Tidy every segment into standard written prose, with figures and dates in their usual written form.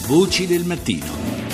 Voci del mattino.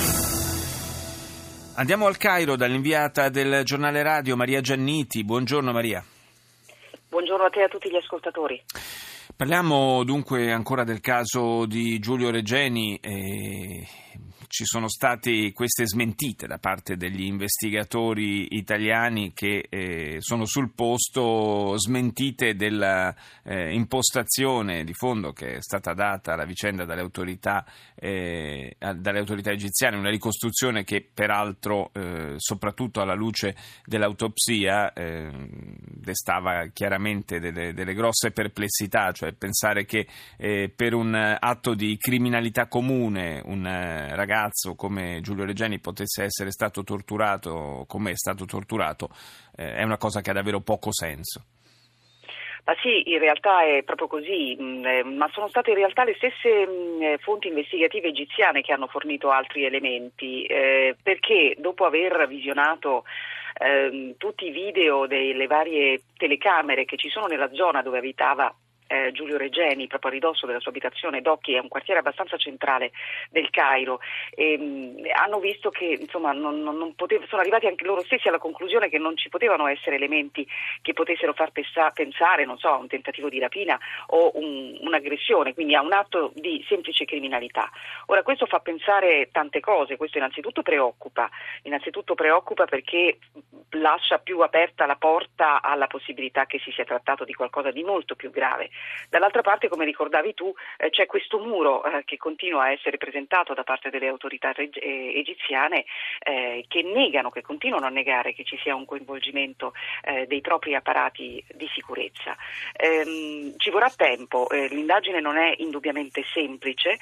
Andiamo al Cairo dall'inviata del giornale radio Maria Gianniti. Buongiorno Maria. Buongiorno a te e a tutti gli ascoltatori. Parliamo dunque ancora del caso di Giulio Regeni. Ci sono state queste smentite da parte degli investigatori italiani che sono sul posto, smentite della impostazione di fondo che è stata data alla vicenda dalle autorità egiziane, una ricostruzione che peraltro, soprattutto alla luce dell'autopsia, destava chiaramente delle grosse perplessità, cioè pensare che per un atto di criminalità comune un ragazzo come Giulio Regeni potesse essere stato torturato come è stato torturato è una cosa che ha davvero poco senso. Ma sì, in realtà è proprio così, ma sono state in realtà le stesse fonti investigative egiziane che hanno fornito altri elementi, perché dopo aver visionato tutti i video delle varie telecamere che ci sono nella zona dove abitava Giulio Regeni, proprio a ridosso della sua abitazione, Docchi è un quartiere abbastanza centrale del Cairo, hanno visto che insomma non sono arrivati anche loro stessi alla conclusione che non ci potevano essere elementi che potessero far pensare, non so, a un tentativo di rapina o un'aggressione, quindi a un atto di semplice criminalità. Ora questo fa pensare tante cose, questo innanzitutto preoccupa perché lascia più aperta la porta alla possibilità che si sia trattato di qualcosa di molto più grave. Dall'altra parte, come ricordavi tu, c'è questo muro che continua a essere presentato da parte delle autorità egiziane che continuano a negare che ci sia un coinvolgimento dei propri apparati di sicurezza. Ci vorrà tempo, l'indagine non è indubbiamente semplice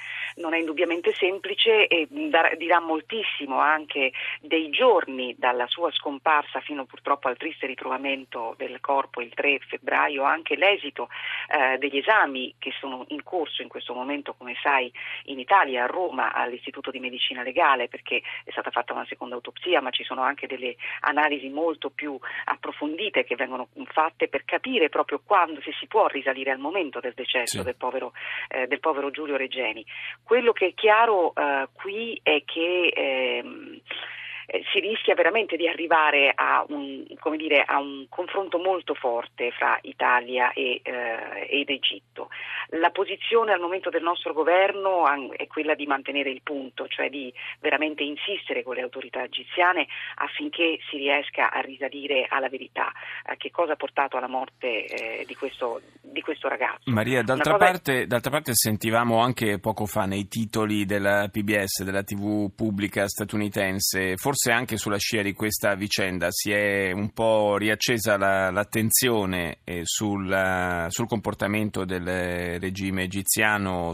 e dirà moltissimo anche dei giorni dalla sua scomparsa fino purtroppo al triste ritrovamento del corpo il 3 febbraio, anche l'esito degli esami che sono in corso in questo momento, come sai, in Italia, a Roma, all'Istituto di Medicina Legale, perché è stata fatta una seconda autopsia, ma ci sono anche delle analisi molto più approfondite che vengono fatte per capire proprio quando, se si può risalire al momento del decesso del povero Giulio Regeni. Quello che è chiaro qui è che si rischia veramente di arrivare a un confronto molto forte fra Italia ed Egitto. La posizione al momento del nostro governo è quella di mantenere il punto, cioè di veramente insistere con le autorità egiziane affinché si riesca a risalire alla verità, che cosa ha portato alla morte di questo ragazzo. Maria, d'altra parte sentivamo anche poco fa nei titoli della PBS, della TV pubblica statunitense, forse anche sulla scia di questa vicenda si è un po' riaccesa l'attenzione sul comportamento del regime egiziano,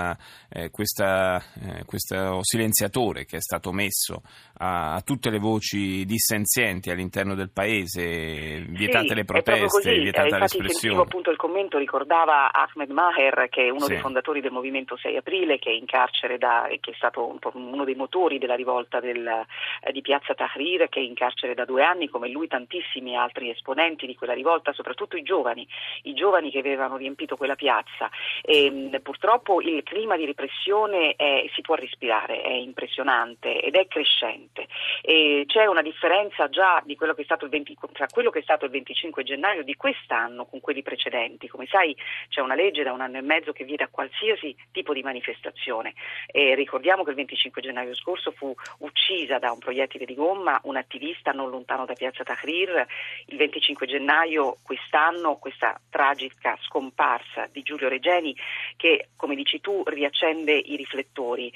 questo silenziatore che è stato messo a tutte le voci dissenzienti all'interno del paese, vietate le proteste, vietata l'espressione. Sentivo appunto il commento, ricordava Ahmed Maher, che è uno dei fondatori del movimento 6 aprile, che è in carcere che è stato uno dei motori della rivolta di Piazza Tahrir, che è in carcere da 2 anni, come lui tantissimi altri esponenti di quella rivolta, soprattutto i giovani che avevano riempito quella piazza. Purtroppo il clima di repressione si può respirare, è impressionante ed è crescente. C'è una differenza già di quello che è stato tra quello che è stato il 25 gennaio di quest'anno con quelli precedenti. Come sai, c'è una legge da 1 anno e mezzo che vieta qualsiasi tipo di manifestazione. Ricordiamo che il 25 gennaio scorso fu uccisa da un proiettile di gomma un'attivista non lontano da Piazza Tahrir. Il 25 gennaio quest'anno questa tragica scomparsa di Giulio Regeni, che, come dici tu, riaccende i riflettori.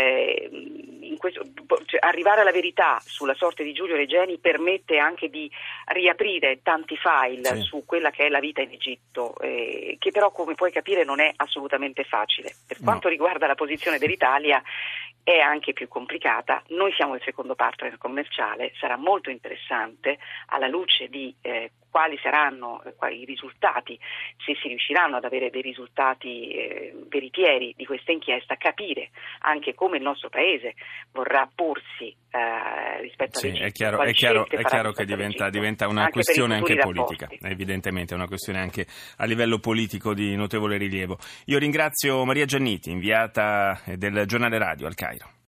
Arrivare alla verità sulla sorte di Giulio Regeni permette anche di riaprire tanti file su quella che è la vita in Egitto, che però, come puoi capire, non è assolutamente facile. Per quanto riguarda la posizione dell'Italia, è anche più complicata. Noi siamo il secondo partner commerciale, sarà molto interessante alla luce di quali saranno i risultati, se si riusciranno ad avere dei risultati veritieri di questa inchiesta, capire anche come il nostro Paese vorrà porsi rispetto all'Egitto. È chiaro che diventa una questione anche politica, evidentemente è una questione anche a livello politico di notevole rilievo. Io ringrazio Maria Gianniti, inviata del Giornale Radio al Cairo.